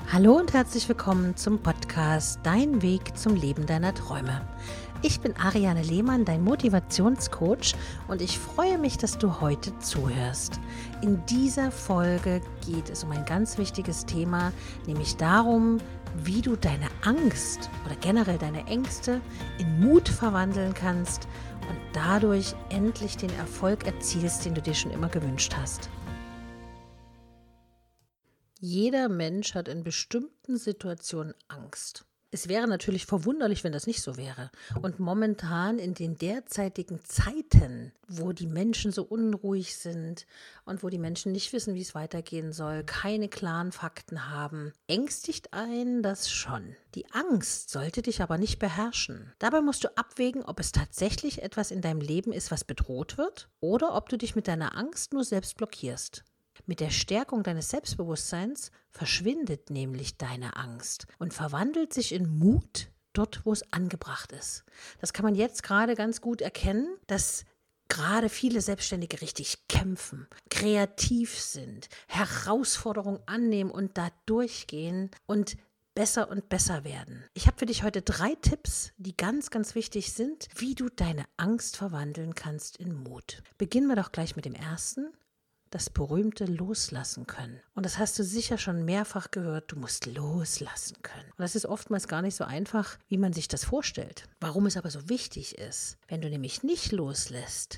Hallo und herzlich willkommen zum Podcast Dein Weg zum Leben deiner Träume. Ich bin Ariane Lehmann, dein Motivationscoach, und ich freue mich, dass du heute zuhörst. In dieser Folge geht es um ein ganz wichtiges Thema, nämlich darum, wie du deine Angst oder generell deine Ängste in Mut verwandeln kannst und dadurch endlich den Erfolg erzielst, den du dir schon immer gewünscht hast. Jeder Mensch hat in bestimmten Situationen Angst. Es wäre natürlich verwunderlich, wenn das nicht so wäre. Und momentan in den derzeitigen Zeiten, wo die Menschen so unruhig sind und wo die Menschen nicht wissen, wie es weitergehen soll, keine klaren Fakten haben, ängstigt einen das schon. Die Angst sollte dich aber nicht beherrschen. Dabei musst du abwägen, ob es tatsächlich etwas in deinem Leben ist, was bedroht wird, oder ob du dich mit deiner Angst nur selbst blockierst. Mit der Stärkung deines Selbstbewusstseins verschwindet nämlich deine Angst und verwandelt sich in Mut dort, wo es angebracht ist. Das kann man jetzt gerade ganz gut erkennen, dass gerade viele Selbstständige richtig kämpfen, kreativ sind, Herausforderungen annehmen und da durchgehen und besser und besser werden. Ich habe für dich heute 3 Tipps, die ganz, ganz wichtig sind, wie du deine Angst verwandeln kannst in Mut. Beginnen wir doch gleich mit dem ersten. Das berühmte Loslassen können. Und das hast du sicher schon mehrfach gehört, du musst loslassen können. Und das ist oftmals gar nicht so einfach, wie man sich das vorstellt. Warum es aber so wichtig ist, wenn du nämlich nicht loslässt,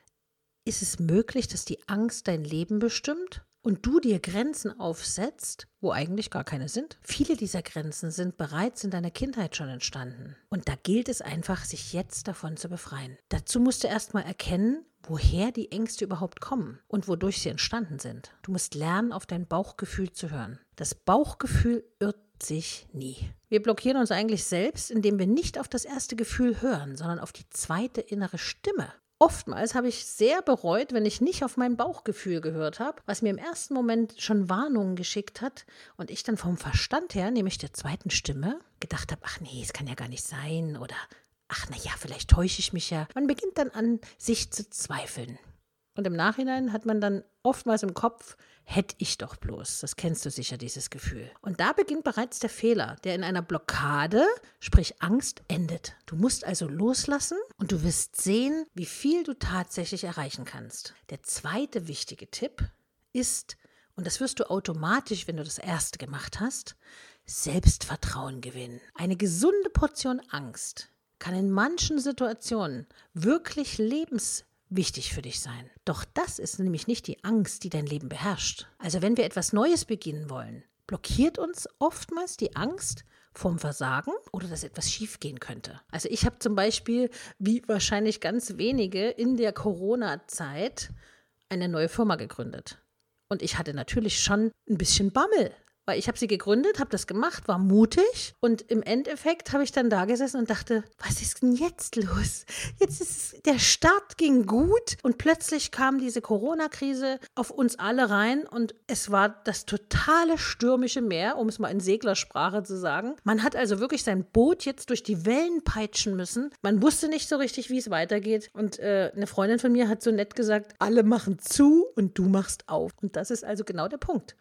ist es möglich, dass die Angst dein Leben bestimmt und du dir Grenzen aufsetzt, wo eigentlich gar keine sind. Viele dieser Grenzen sind bereits in deiner Kindheit schon entstanden. Und da gilt es einfach, sich jetzt davon zu befreien. Dazu musst du erstmal erkennen, woher die Ängste überhaupt kommen und wodurch sie entstanden sind. Du musst lernen, auf dein Bauchgefühl zu hören. Das Bauchgefühl irrt sich nie. Wir blockieren uns eigentlich selbst, indem wir nicht auf das erste Gefühl hören, sondern auf die zweite innere Stimme. Oftmals habe ich sehr bereut, wenn ich nicht auf mein Bauchgefühl gehört habe, was mir im ersten Moment schon Warnungen geschickt hat und ich dann vom Verstand her, nämlich der zweiten Stimme, gedacht habe, ach nee, es kann ja gar nicht sein oder ach na ja, vielleicht täusche ich mich ja. Man beginnt dann an, sich zu zweifeln. Und im Nachhinein hat man dann oftmals im Kopf, hätte ich doch bloß. Das kennst du sicher, dieses Gefühl. Und da beginnt bereits der Fehler, der in einer Blockade, sprich Angst, endet. Du musst also loslassen und du wirst sehen, wie viel du tatsächlich erreichen kannst. Der zweite wichtige Tipp ist, und das wirst du automatisch, wenn du das erste gemacht hast, Selbstvertrauen gewinnen. Eine gesunde Portion Angst kann in manchen Situationen wirklich lebenswichtig für dich sein. Doch das ist nämlich nicht die Angst, die dein Leben beherrscht. Also wenn wir etwas Neues beginnen wollen, blockiert uns oftmals die Angst vom Versagen oder dass etwas schiefgehen könnte. Also ich habe zum Beispiel, wie wahrscheinlich ganz wenige, in der Corona-Zeit eine neue Firma gegründet. Und ich hatte natürlich schon ein bisschen Bammel. Weil ich habe sie gegründet, habe das gemacht, war mutig und im Endeffekt habe ich dann da gesessen und dachte, was ist denn jetzt los? Der Start ging gut und plötzlich kam diese Corona-Krise auf uns alle rein und es war das totale stürmische Meer, um es mal in Seglersprache zu sagen. Man hat also wirklich sein Boot jetzt durch die Wellen peitschen müssen. Man wusste nicht so richtig, wie es weitergeht und eine Freundin von mir hat so nett gesagt, alle machen zu und du machst auf. Und das ist also genau der Punkt.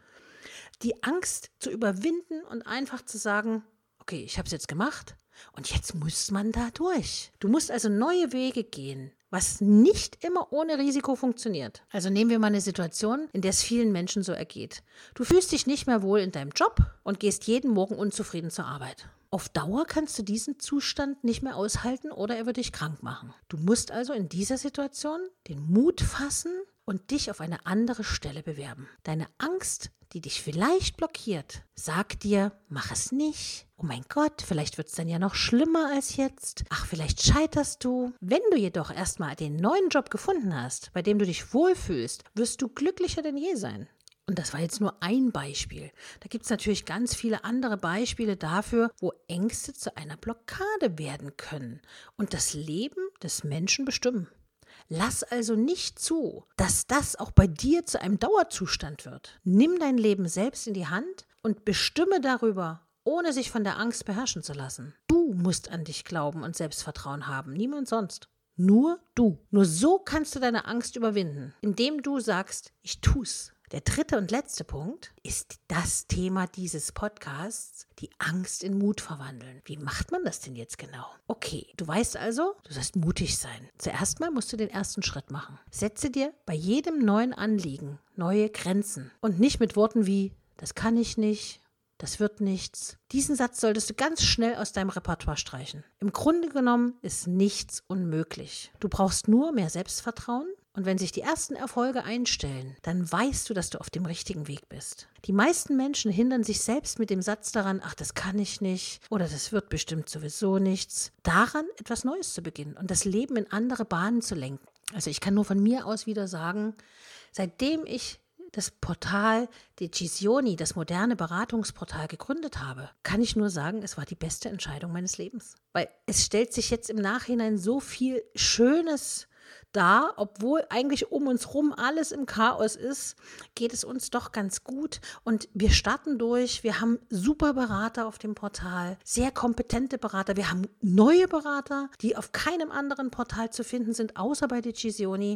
Die Angst zu überwinden und einfach zu sagen, okay, ich habe es jetzt gemacht und jetzt muss man da durch. Du musst also neue Wege gehen, was nicht immer ohne Risiko funktioniert. Also nehmen wir mal eine Situation, in der es vielen Menschen so ergeht. Du fühlst dich nicht mehr wohl in deinem Job und gehst jeden Morgen unzufrieden zur Arbeit. Auf Dauer kannst du diesen Zustand nicht mehr aushalten oder er wird dich krank machen. Du musst also in dieser Situation den Mut fassen und dich auf eine andere Stelle bewerben. Deine Angst, die dich vielleicht blockiert, sagt dir, mach es nicht. Oh mein Gott, vielleicht wird es dann ja noch schlimmer als jetzt. Ach, vielleicht scheiterst du. Wenn du jedoch erstmal den neuen Job gefunden hast, bei dem du dich wohlfühlst, wirst du glücklicher denn je sein. Und das war jetzt nur ein Beispiel. Da gibt es natürlich ganz viele andere Beispiele dafür, wo Ängste zu einer Blockade werden können und das Leben des Menschen bestimmen. Lass also nicht zu, dass das auch bei dir zu einem Dauerzustand wird. Nimm dein Leben selbst in die Hand und bestimme darüber, ohne sich von der Angst beherrschen zu lassen. Du musst an dich glauben und Selbstvertrauen haben, niemand sonst. Nur du. Nur so kannst du deine Angst überwinden, indem du sagst, ich tu's. Der dritte und letzte Punkt ist das Thema dieses Podcasts, die Angst in Mut verwandeln. Wie macht man das denn jetzt genau? Okay, du weißt also, du sollst mutig sein. Zuerst mal musst du den ersten Schritt machen. Setze dir bei jedem neuen Anliegen neue Grenzen und nicht mit Worten wie, das kann ich nicht, das wird nichts. Diesen Satz solltest du ganz schnell aus deinem Repertoire streichen. Im Grunde genommen ist nichts unmöglich. Du brauchst nur mehr Selbstvertrauen. Und wenn sich die ersten Erfolge einstellen, dann weißt du, dass du auf dem richtigen Weg bist. Die meisten Menschen hindern sich selbst mit dem Satz daran, ach, das kann ich nicht oder das wird bestimmt sowieso nichts, daran etwas Neues zu beginnen und das Leben in andere Bahnen zu lenken. Also ich kann nur von mir aus wieder sagen, seitdem ich das Portal Decisioni, das moderne Beratungsportal, gegründet habe, kann ich nur sagen, es war die beste Entscheidung meines Lebens. Weil es stellt sich jetzt im Nachhinein so viel Schönes dar, obwohl eigentlich um uns rum alles im Chaos ist, geht es uns doch ganz gut und wir starten durch. Wir haben super Berater auf dem Portal, sehr kompetente Berater. Wir haben neue Berater, die auf keinem anderen Portal zu finden sind, außer bei Decisioni.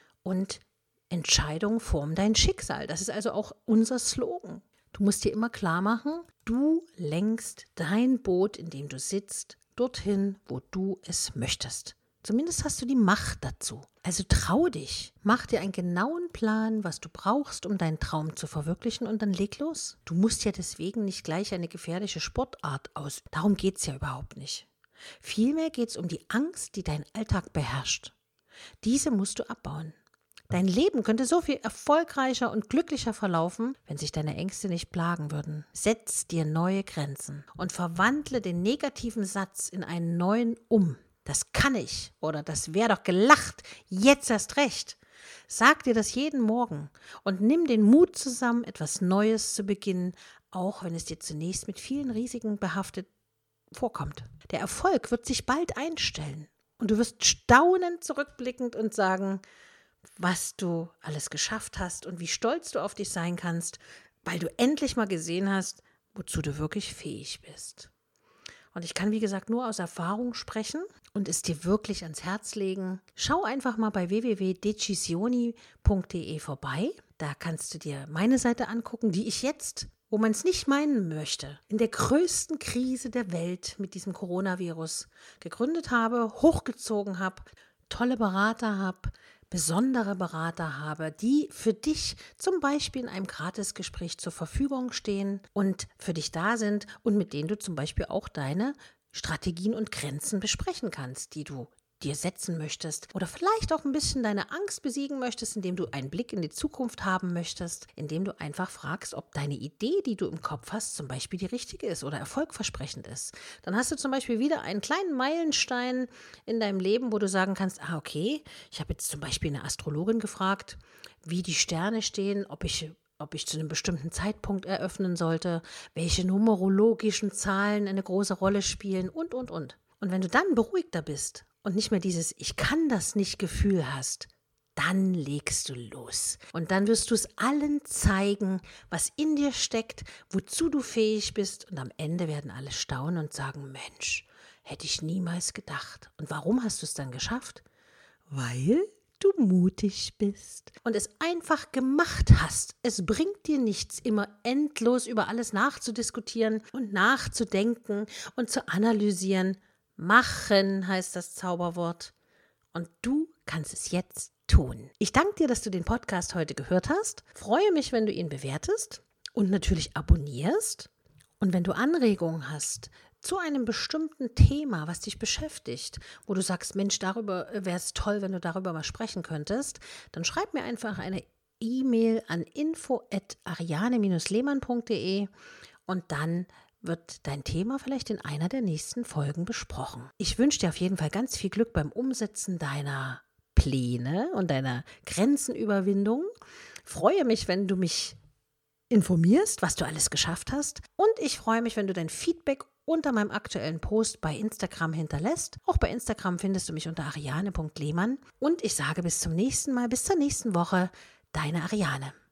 Und Entscheidung formt dein Schicksal. Das ist also auch unser Slogan. Du musst dir immer klar machen, du lenkst dein Boot, in dem du sitzt, dorthin, wo du es möchtest. Zumindest hast du die Macht dazu. Also trau dich, mach dir einen genauen Plan, was du brauchst, um deinen Traum zu verwirklichen und dann leg los. Du musst ja deswegen nicht gleich eine gefährliche Sportart aus. Darum geht es ja überhaupt nicht. Vielmehr geht es um die Angst, die deinen Alltag beherrscht. Diese musst du abbauen. Dein Leben könnte so viel erfolgreicher und glücklicher verlaufen, wenn sich deine Ängste nicht plagen würden. Setz dir neue Grenzen und verwandle den negativen Satz in einen neuen um. Das kann ich oder das wäre doch gelacht, jetzt erst recht. Sag dir das jeden Morgen und nimm den Mut zusammen, etwas Neues zu beginnen, auch wenn es dir zunächst mit vielen Risiken behaftet vorkommt. Der Erfolg wird sich bald einstellen und du wirst staunend zurückblickend und sagen, was du alles geschafft hast und wie stolz du auf dich sein kannst, weil du endlich mal gesehen hast, wozu du wirklich fähig bist. Und ich kann, wie gesagt, nur aus Erfahrung sprechen und es dir wirklich ans Herz legen. Schau einfach mal bei www.decisioni.de vorbei. Da kannst du dir meine Seite angucken, die ich jetzt, wo man es nicht meinen möchte, in der größten Krise der Welt mit diesem Coronavirus gegründet habe, hochgezogen habe, tolle Berater habe, besondere Berater habe, die für dich zum Beispiel in einem Gratisgespräch zur Verfügung stehen und für dich da sind und mit denen du zum Beispiel auch deine Strategien und Grenzen besprechen kannst, die du dir setzen möchtest oder vielleicht auch ein bisschen deine Angst besiegen möchtest, indem du einen Blick in die Zukunft haben möchtest, indem du einfach fragst, ob deine Idee, die du im Kopf hast, zum Beispiel die richtige ist oder erfolgversprechend ist. Dann hast du zum Beispiel wieder einen kleinen Meilenstein in deinem Leben, wo du sagen kannst, okay, ich habe jetzt zum Beispiel eine Astrologin gefragt, wie die Sterne stehen, ob ich zu einem bestimmten Zeitpunkt eröffnen sollte, welche numerologischen Zahlen eine große Rolle spielen und. Und wenn du dann beruhigter bist und nicht mehr dieses Ich kann das nicht Gefühl hast, dann legst du los. Und dann wirst du es allen zeigen, was in dir steckt, wozu du fähig bist. Und am Ende werden alle staunen und sagen, Mensch, hätte ich niemals gedacht. Und warum hast du es dann geschafft? Weil du mutig bist und es einfach gemacht hast. Es bringt dir nichts, immer endlos über alles nachzudiskutieren und nachzudenken und zu analysieren. Machen heißt das Zauberwort. Und du kannst es jetzt tun. Ich danke dir, dass du den Podcast heute gehört hast. Freue mich, wenn du ihn bewertest und natürlich abonnierst. Und wenn du Anregungen hast zu einem bestimmten Thema, was dich beschäftigt, wo du sagst, Mensch, darüber wäre es toll, wenn du darüber mal sprechen könntest, dann schreib mir einfach eine E-Mail an info@ariane-lehmann.de und dann wird dein Thema vielleicht in einer der nächsten Folgen besprochen. Ich wünsche dir auf jeden Fall ganz viel Glück beim Umsetzen deiner Pläne und deiner Grenzenüberwindung. Freue mich, wenn du mich informierst, was du alles geschafft hast. Und ich freue mich, wenn du dein Feedback unter meinem aktuellen Post bei Instagram hinterlässt. Auch bei Instagram findest du mich unter ariane.lehmann. Und ich sage bis zum nächsten Mal, bis zur nächsten Woche, deine Ariane.